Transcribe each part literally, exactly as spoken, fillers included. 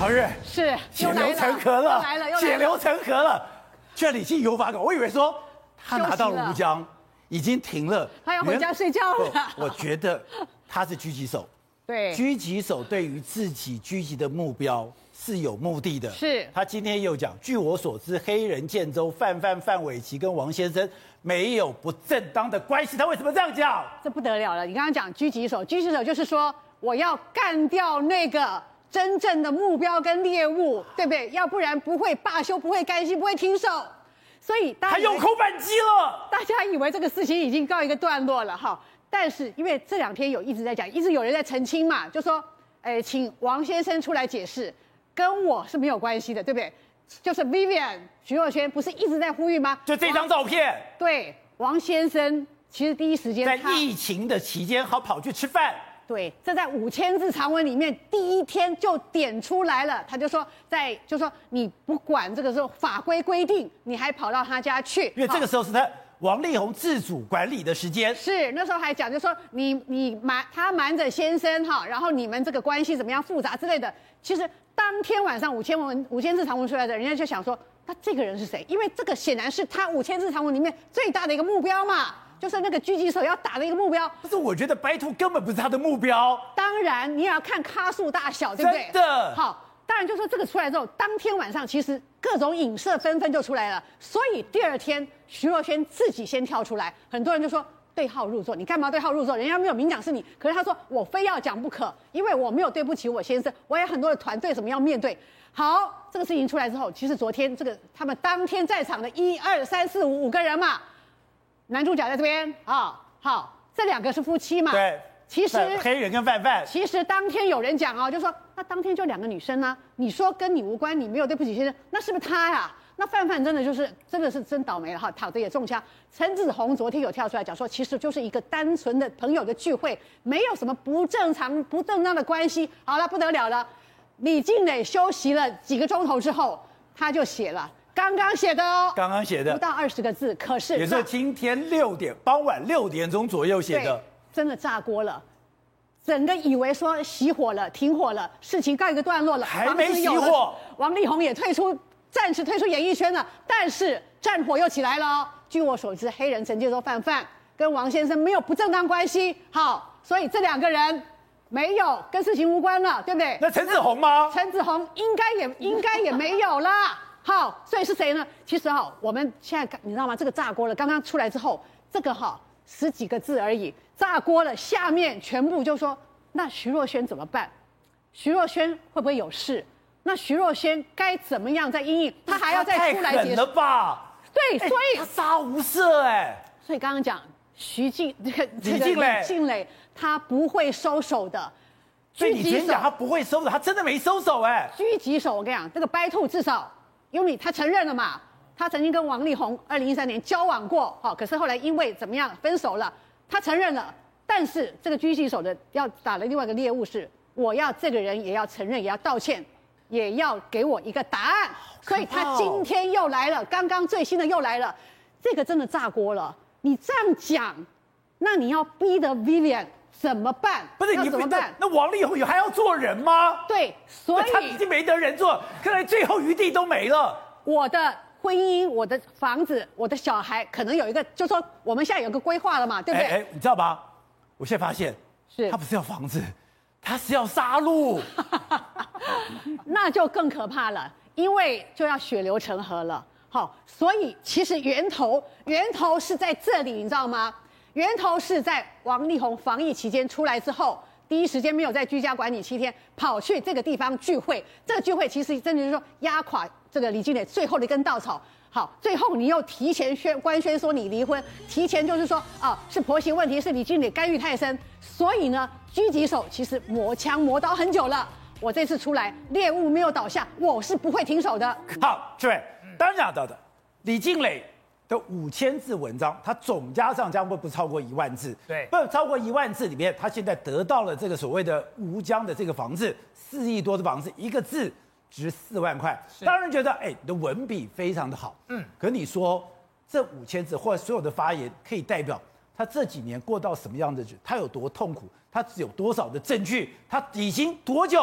黄日是血流成河了， 来了， 血流成河了。居然李进有法搞，我以为说他拿到了吴江，已经停了， 他要回家睡觉了。 我觉得他是狙击手， 对， 狙击手对于自己狙击的目标是有目的的。 是他今天又讲，据我所知，黑人建州范范范玮琪跟王先生没有不正当的关系。他为什么这样讲？ 这不得了了！你刚刚讲狙击手，狙击手就是说我要干掉那个真正的目标跟猎物，对不对？要不然不会罢休，不会甘心，不会停手。所以大家他用空扳机了。 大家以为这个事情已经告一个段落了哈，但是因为这两天有一直在讲，一直有人在澄清嘛，就说，哎，请王先生出来解释，跟我是没有关系的，对不对？就是 Vivian 徐若瑄不是一直在呼吁吗？ 就这张照片。 对，王先生其实第一时间在疫情的期间，好跑去吃饭。 对，这在五千字长文里面第一天就点出来了，他就说在就说你不管这个时候法规规定，你还跑到他家去， 因为这个时候是他王力宏自主管理的时间。 是那时候还讲就说你你瞒他瞒着先生哈，然后你们这个关系怎么样复杂之类的。其实当天晚上五千文五千字长文出来的，人家就想说他这个人是谁？因为这个显然是他五千字长文里面最大的一个目标嘛。就是那个狙击手要打的一个目标， 不是？我觉得白兔根本不是他的目标。 当然，你也要看咖数大小，对不对？ 真的。 好，当然就说这个出来之后，当天晚上其实各种影射纷纷就出来了。所以第二天，徐若瑄自己先跳出来，很多人就说对号入座，你干嘛对号入座？人家没有明讲是你，可是他说我非要讲不可，因为我没有对不起我先生，我有很多的团队怎么样面对。好，这个事情出来之后，其实昨天这个他们当天在场的一二三四五五个人嘛。男主角在这边啊、哦，好，这两个是夫妻嘛？ 对， 其实黑人跟范范， 其实当天有人讲哦，就说那当天就两个女生啊，你说跟你无关，你没有对不起先生，那是不是他呀？那范范真的就是真的是真倒霉了哈，讨的也中枪。陈子鸿昨天有跳出来讲说，其实就是一个单纯的朋友的聚会，没有什么不正常、不正当的关系。好了，不得了了，李静蕾休息了几个钟头之后，他就写了。刚刚写的哦， 刚刚写的不到二十个字，可是也是今天六点傍晚六点钟左右写的， 真的炸锅了，整个以为说熄火了、停火了，事情告一个段落了， 还没熄火， 王力宏也退出，暂时退出演艺圈了，但是战火又起来了哦。据我所知，黑人陈建州范范跟王先生没有不正当关系，好，所以这两个人没有跟事情无关了，对不对？ 那陈子鸿吗？ 陈子鸿应该也应该也没有啦。好，所以是谁呢？其实哈，我们现在你知道吗？这个炸锅了，刚刚出来之后，这个哈十几个字而已，炸锅了，下面全部就说那徐若瑄怎么办？徐若瑄会不会有事？那徐若瑄该怎么样在因应？她还要再出来解释？ 太狠了吧？ 对，所以他杀无赦哎。 所以刚刚讲徐静这个李静蕾， 李静蕾她不会收手的。 所以你前讲他不会收手，他真的没收手哎。 狙击手，我跟你讲，这个白兔至少。因为他承认了嘛，他曾经跟王力宏二零一三年交往过，好，可是后来因为怎么样分手了，他承认了。但是这个狙击手的要打的另外一个猎物是，我要这个人也要承认，也要道歉，也要给我一个答案。所以他今天又来了，刚刚最新的又来了，这个真的炸锅了。你这样讲，那你要逼得 Vivian 怎么办？ 不是你怎么办？ 那王力宏还要做人吗？ 对，所以他已经没得人做，看来最后余地都没了。 我的婚姻、我的房子、我的小孩，可能有一个，就说我们现在有个规划了嘛，对不对？ 哎哎，你知道吗？我现在发现， 是他不是要房子，他是要杀戮， 那就更可怕了，因为就要血流成河了。好，所以其实源头源头是在这里，你知道吗？源头是在王力宏防疫期间出来之后，第一时间没有在居家管理七天，跑去这个地方聚会。这个聚会其实真的就是说压垮这个李静蕾最后的一根稻草。好，最后你又提前宣官宣说你离婚，提前就是说啊是婆媳问题，是李静蕾干预太深。所以呢，狙击手其实磨枪磨刀很久了。我这次出来，猎物没有倒下，我是不会停手的。 好，各位，当然讲到的，李静蕾的五千字文章，它总加上将会不超过一万字， 对， 不超过一万字里面，他现在得到了这个所谓的吴江的这个房子，四亿多的房子，一个字值四万块，当然觉得哎，你的文笔非常的好，嗯，可你说这五千字或者所有的发言，可以代表他这几年过到什么样的日子，他有多痛苦，他有多少的证据，他已经多久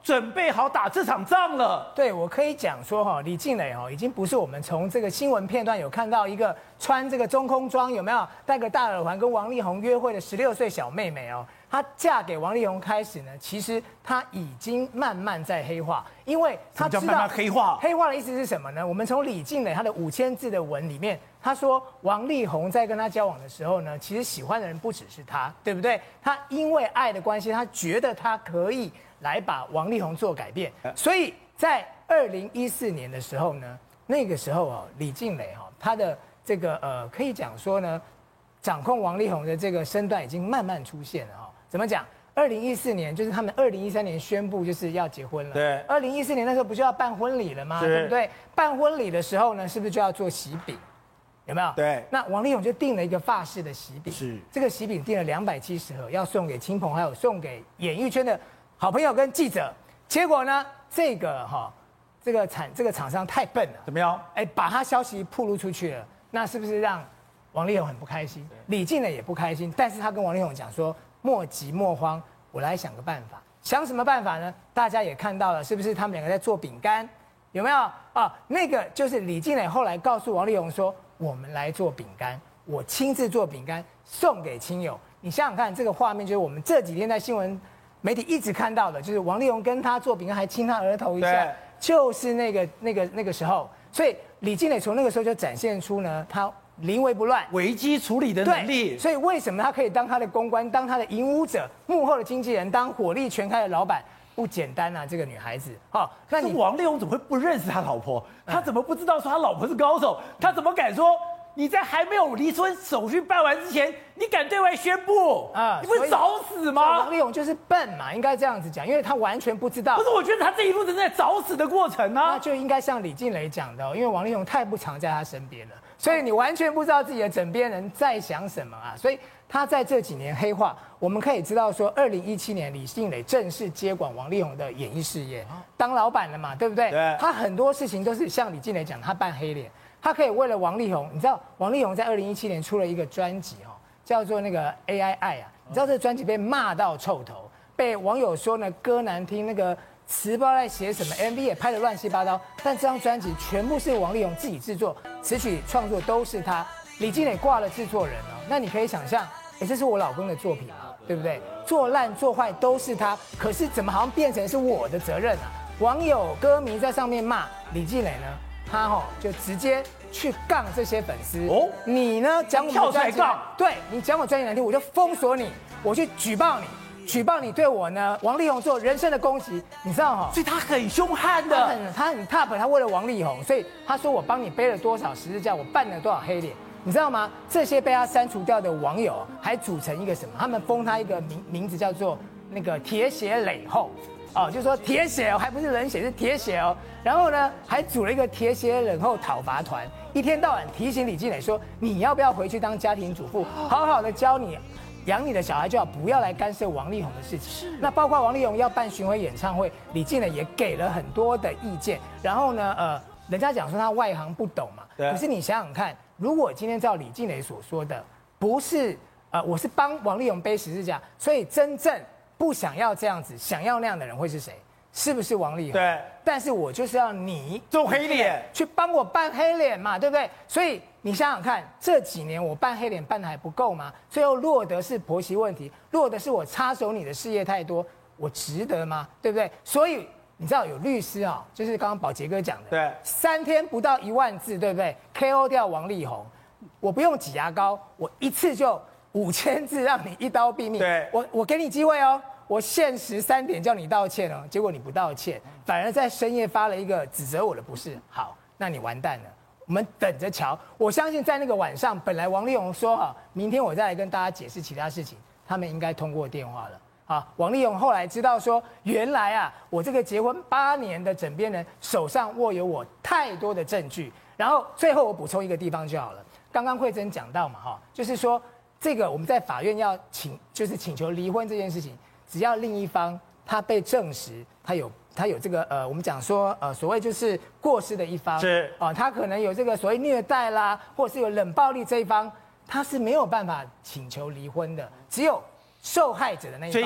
准备好打这场仗了。 对，我可以讲说哈，李静蕾哈已经不是我们从这个新闻片段有看到一个穿这个中空装有没有戴个大耳环跟王力宏约会的十六岁小妹妹哦。她嫁给王力宏开始呢，其实她已经慢慢在黑化，因为她知道什么叫慢慢黑化。 黑化的意思是什么呢？我们从李静蕾她的五千字的文里面，她说王力宏在跟她交往的时候呢，其实喜欢的人不只是她，对不对？她因为爱的关系，她觉得她可以来把王力宏做改变，所以在二零一四年的时候呢，那个时候哦，李静蕾哈，她的这个呃，可以讲说呢，掌控王力宏的这个身段已经慢慢出现了哈。怎么讲？二零一四年就是他们二零一三年宣布就是要结婚了。 对。 二零一四年那时候不就要办婚礼了吗？对不对？办婚礼的时候呢，是不是就要做喜饼？有没有？ 对。 那王力宏就订了一个法式的喜饼。 是。 这个喜饼订了两百七十盒，要送给亲朋，还有送给演艺圈的好朋友跟记者。结果呢，这个哈、哦，这个厂这个厂商太笨了。 怎么样？ 哎，把他消息暴露出去了，那是不是让王力宏很不开心？李静蕾也不开心，但是他跟王力宏讲说。莫急莫慌，我来想个办法。想什么办法呢？大家也看到了，是不是他们两个在做饼干？有没有啊？那个就是李静蕾后来告诉王力宏说：“我们来做饼干，我亲自做饼干送给亲友。”你想想看，这个画面就是我们这几天在新闻媒体一直看到的，就是王力宏跟他做饼干，还亲他额头一下，就是那个那个那个时候。所以李静蕾从那个时候就展现出呢，他。临危不乱， 危机处理的能力。 所以为什么他可以当他的公关，当他的引舞者，幕后的经纪人，当火力全开的老板，不简单啊！这个女孩子，哦， 那你王力宏怎么会不认识他老婆？他怎么不知道说他老婆是高手？他怎么敢说你在还没有离婚手续办完之前，你敢对外宣布啊？你不是找死吗？ 王力宏就是笨嘛，应该这样子讲，因为他完全不知道。 不是，我觉得他这一路正在找死的过程呢、啊。 那就应该像李静蕾讲的、哦，因为王力宏太不常在他身边了。所以你完全不知道自己的枕边人在想什么啊！所以他在这几年黑化，我们可以知道说，二零一七年李静蕾正式接管王力宏的演艺事业，当老板了嘛，对不对？ 对。 他很多事情都是像李静蕾讲，他扮黑脸，他可以为了王力宏，你知道王力宏在二零一七年出了一个专辑哦，叫做那个 A I 爱啊，你知道这个专辑被骂到臭头，被网友说呢歌难听，那个。词不知道在写什么 ，M V 也拍得乱七八糟，但这张专辑全部是王力宏自己制作，词曲创作都是他。李静蕾挂了制作人哦，那你可以想象，哎，这是我老公的作品啊，对不对？做烂做坏都是他，可是怎么好像变成是我的责任啊？网友歌迷在上面骂李静蕾呢，他哈、哦、就直接去杠这些粉丝哦，你呢讲我的专辑，对你讲我专辑难听，我就封锁你，我去举报你。举报你对我呢，王力宏做人身的攻击，你知道哈？ 所以他很凶悍的， 他很他很 top， 他为了王力宏，所以他说我帮你背了多少十字架，我办了多少黑脸，你知道吗？这些被他删除掉的网友还组成一个什么？他们封他一个名名字叫做那个铁血磊后，哦，就说铁血哦，还不是冷血，是铁血哦。然后呢，还组了一个铁血冷后讨伐团，一天到晚提醒李静蕾说，你要不要回去当家庭主妇，好好的教你。养你的小孩就好，不要来干涉王力宏的事情。那包括王力宏要办巡回演唱会，李静蕾也给了很多的意见。然后呢，呃，人家讲说他外行不懂嘛，可是你想想看，如果今天照李静蕾所说的，不是呃，我是帮王力宏背十字架，所以真正不想要这样子，想要那样的人会是谁？是不是王力宏？ 对。 但是我就是要你做黑脸， 去帮我扮黑脸嘛，对不对？所以你想想看，这几年我扮黑脸扮的还不够吗？最后落得是婆媳问题，落得是我插手你的事业太多，我值得吗？对不对？所以你知道有律师啊、哦，就是刚刚宝杰哥讲的， 对， 三天不到一万字，对不对 ？K O 掉王力宏，我不用挤牙膏，我一次就五千字，让你一刀毙命。 对， 我我给你机会哦。我限时三点叫你道歉哦，结果你不道歉，反而在深夜发了一个指责我的不是。好，那你完蛋了。我们等着瞧。我相信在那个晚上，本来王力宏说哈，明天我再来跟大家解释其他事情，他们应该通过电话了。啊，王力宏后来知道说，原来啊，我这个结婚八年的枕边人手上握有我太多的证据。然后最后我补充一个地方就好了。刚刚慧珍讲到嘛，哈，就是说这个我们在法院要请，就是请求离婚这件事情。只要另一方他被证实他有他有这个呃，我们讲说呃，所谓就是过失的一方是啊、呃，他可能有这个所谓虐待啦，或者是有冷暴力这一方，他是没有办法请求离婚的，只有受害者的那一方。 所以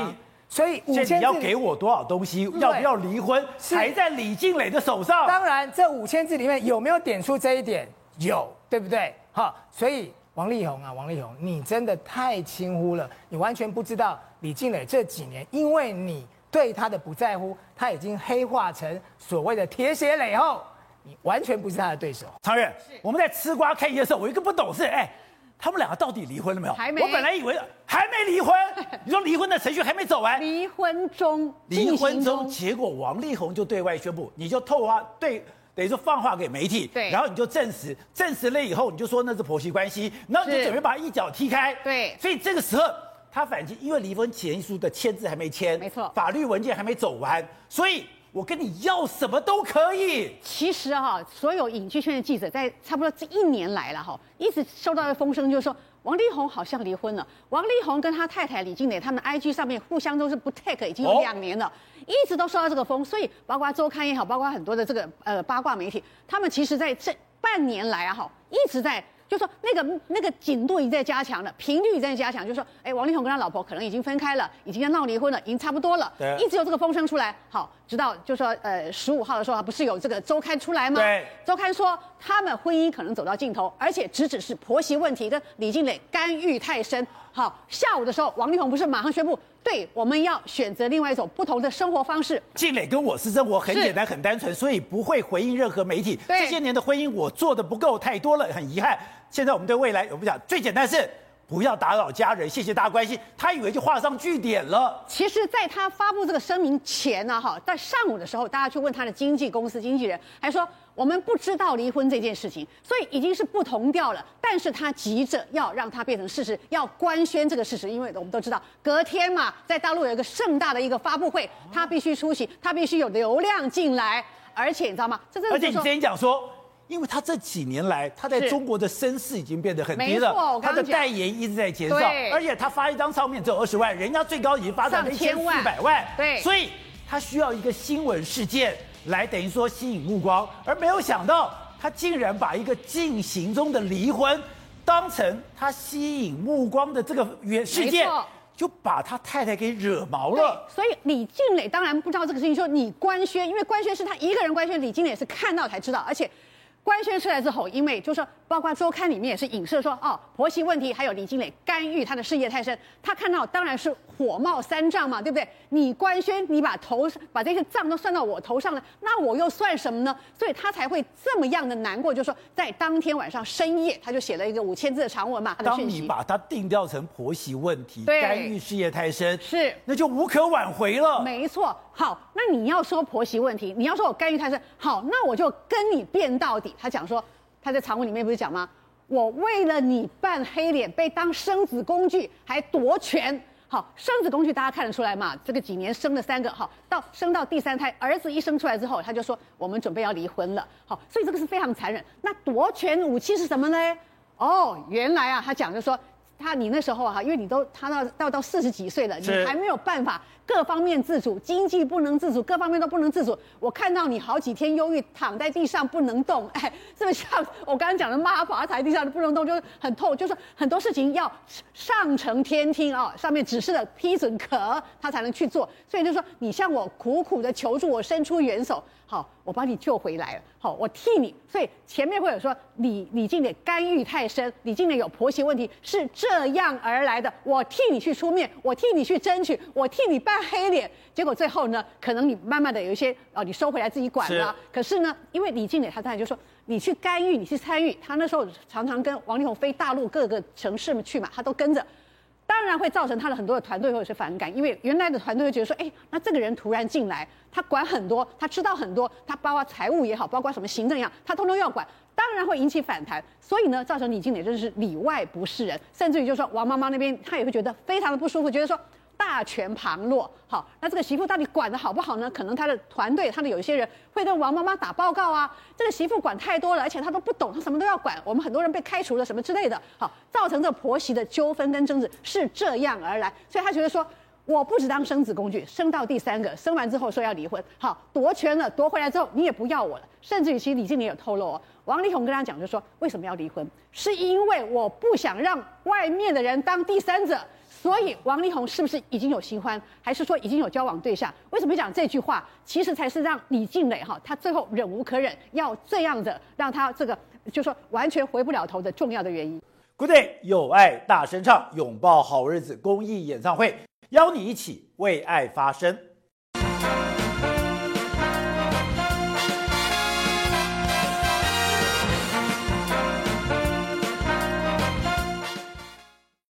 所以五千字你要给我多少东西，要不要离婚，还在李静蕾的手上。 当然，这五千字里面有没有点出这一点？有，对不对？好，所以王力宏啊，王力宏，你真的太轻忽了，你完全不知道李静蕾这几年，因为你对他的不在乎，他已经黑化成所谓的铁血蕾后，你完全不是他的对手。 常远，我们在吃瓜看夜的时候，我一个不懂是，哎，他们两个到底离婚了没有？ 还没。 我本来以为还没离婚，你说离婚的程序还没走完， 离婚中， 离婚中，结果王力宏就对外宣布，你就透话对。等于说放话给媒体， 对， 然后你就证实，证实了以后，你就说那是婆媳关系，然后你就准备把他一脚踢开， 对， 所以这个时候他反击，因为离婚协议书的签字还没签， 没错， 法律文件还没走完，所以我跟你要什么都可以。 其实哈、啊，所有影剧圈的记者在差不多这一年来了哈，一直收到的风声就是说，王力宏好像离婚了。王力宏跟他太太李静蕾，他们 I G 上面互相都是不 take， 已经有两年了。哦，一直都收到这个风，所以包括周刊也好，包括很多的这个呃八卦媒体，他们其实在这半年来啊，哈，一直在就说那个那个紧度已经在加强了，频率在加强，就说哎，王力宏跟他老婆可能已经分开了，已经要闹离婚了，已经差不多了，一直有这个风声出来。好，直到就说呃十五号的时候，不是有这个周刊出来吗？ 对， 周刊说他们婚姻可能走到尽头，而且只只是婆媳问题跟李静蕾干预太深。好，下午的时候，王力宏不是马上宣布，对，我们要选择另外一种不同的生活方式。 静蕾跟我私生活很简单很单纯，所以不会回应任何媒体。这些年的婚姻我做的不够太多了，很遗憾。现在我们对未来，我们讲最简单是不要打扰家人，谢谢大家关心。他以为就画上句点了。 其实，在他发布这个声明前呢、啊，哈，在上午的时候，大家去问他的经纪公司经纪人，还说我们不知道离婚这件事情，所以已经是不同调了。但是他急着要让它变成事实，要官宣这个事实，因为我们都知道，隔天嘛，在大陆有一个盛大的一个发布会，他必须出席，他必须有流量进来，而且你知道吗？这真的而且你之前讲说。因为他这几年来，他在中国的声势已经变得很低了，他的代言一直在减少，而且他发一张唱片只有二十万，人家最高已经发到了一千四百万， 对， 所以他需要一个新闻事件来等于说吸引目光，而没有想到他竟然把一个进行中的离婚当成他吸引目光的这个原事件。就把他太太给惹毛了， 所以李静蕾当然不知道这个事情，说你官宣，因为官宣是他一个人官宣，李静蕾是看到才知道，而且官宣出来之后，因为就是说，包括周刊里面也是影射说，哦，婆媳问题，还有李静蕾干预他的事业太深，他看到当然是火冒三丈嘛，对不对？你官宣，你把头把这些账都算到我头上了，那我又算什么呢？所以他才会这么样的难过，就是说在当天晚上深夜，他就写了一个五千字的长文嘛。 当你把它定调成婆媳问题，干预事业太深， 是那就无可挽回了。 没错。好，那你要说婆媳问题，你要说我干预太深，好，那我就跟你辩到底。他讲说，他在长文里面不是讲吗？我为了你扮黑脸，被当生子工具，还夺权。好，生子工具大家看得出来嘛？这个几年生了三个，好，到生到第三胎，儿子一生出来之后，他就说我们准备要离婚了。好，所以这个是非常残忍。那夺权武器是什么呢？哦，原来啊，他讲就说。他你那时候哈、啊，因为你都他到到到四十几岁了，你还没有办法各方面自主，经济不能自主，各方面都不能自主。我看到你好几天忧郁，躺在地上不能动，哎，是不是像我刚刚讲的妈爬在地上不能动，就是很痛，就是很多事情要上承天听啊、哦，上面指示的批准可他才能去做。所以就说你向我苦苦的求助，我伸出援手。好，我把你救回来了。好，我替你。所以前面会有说李李静蕾干预太深，李静蕾有婆媳问题，是这样而来的。我替你去出面，我替你去争取，我替你扮黑脸。结果最后呢，可能你慢慢的有一些哦，你收回来自己管了。可是呢，因为李静蕾她当然就说你去干预，你去参与。她那时候常常跟王力宏飞大陆各个城市去嘛，她都跟着。当然会造成他的很多的团队会有些反感，因为原来的团队会觉得说，哎，那这个人突然进来，他管很多，他知道很多，他包括财务也好，包括什么行政也好，他通通要管，当然会引起反弹。所以呢，造成李静蕾真的是里外不是人，甚至于就是说王妈妈那边，她也会觉得非常的不舒服，觉得说大权旁落。好，那这个媳妇到底管得好不好呢？可能她的团队，她的有一些人会跟王妈妈打报告啊，这个媳妇管太多了，而且她都不懂，她什么都要管，我们很多人被开除了什么之类的。好，造成这个婆媳的纠纷跟争执是这样而来，所以她觉得说，我不只当生子工具，生到第三个，生完之后说要离婚，好，夺权了，夺回来之后你也不要我了，甚至于其实李静蕾有透露哦，王力宏跟他讲就说，为什么要离婚？是因为我不想让外面的人当第三者。 所以王力宏是不是已经有新欢，还是说已经有交往对象？为什么讲这句话？其实才是让李静蕾哈，他最后忍无可忍，要这样的让他这个就说完全回不了头的重要的原因。 Good day， 有爱大声唱，拥抱好日子公益演唱会，邀你一起为爱发声。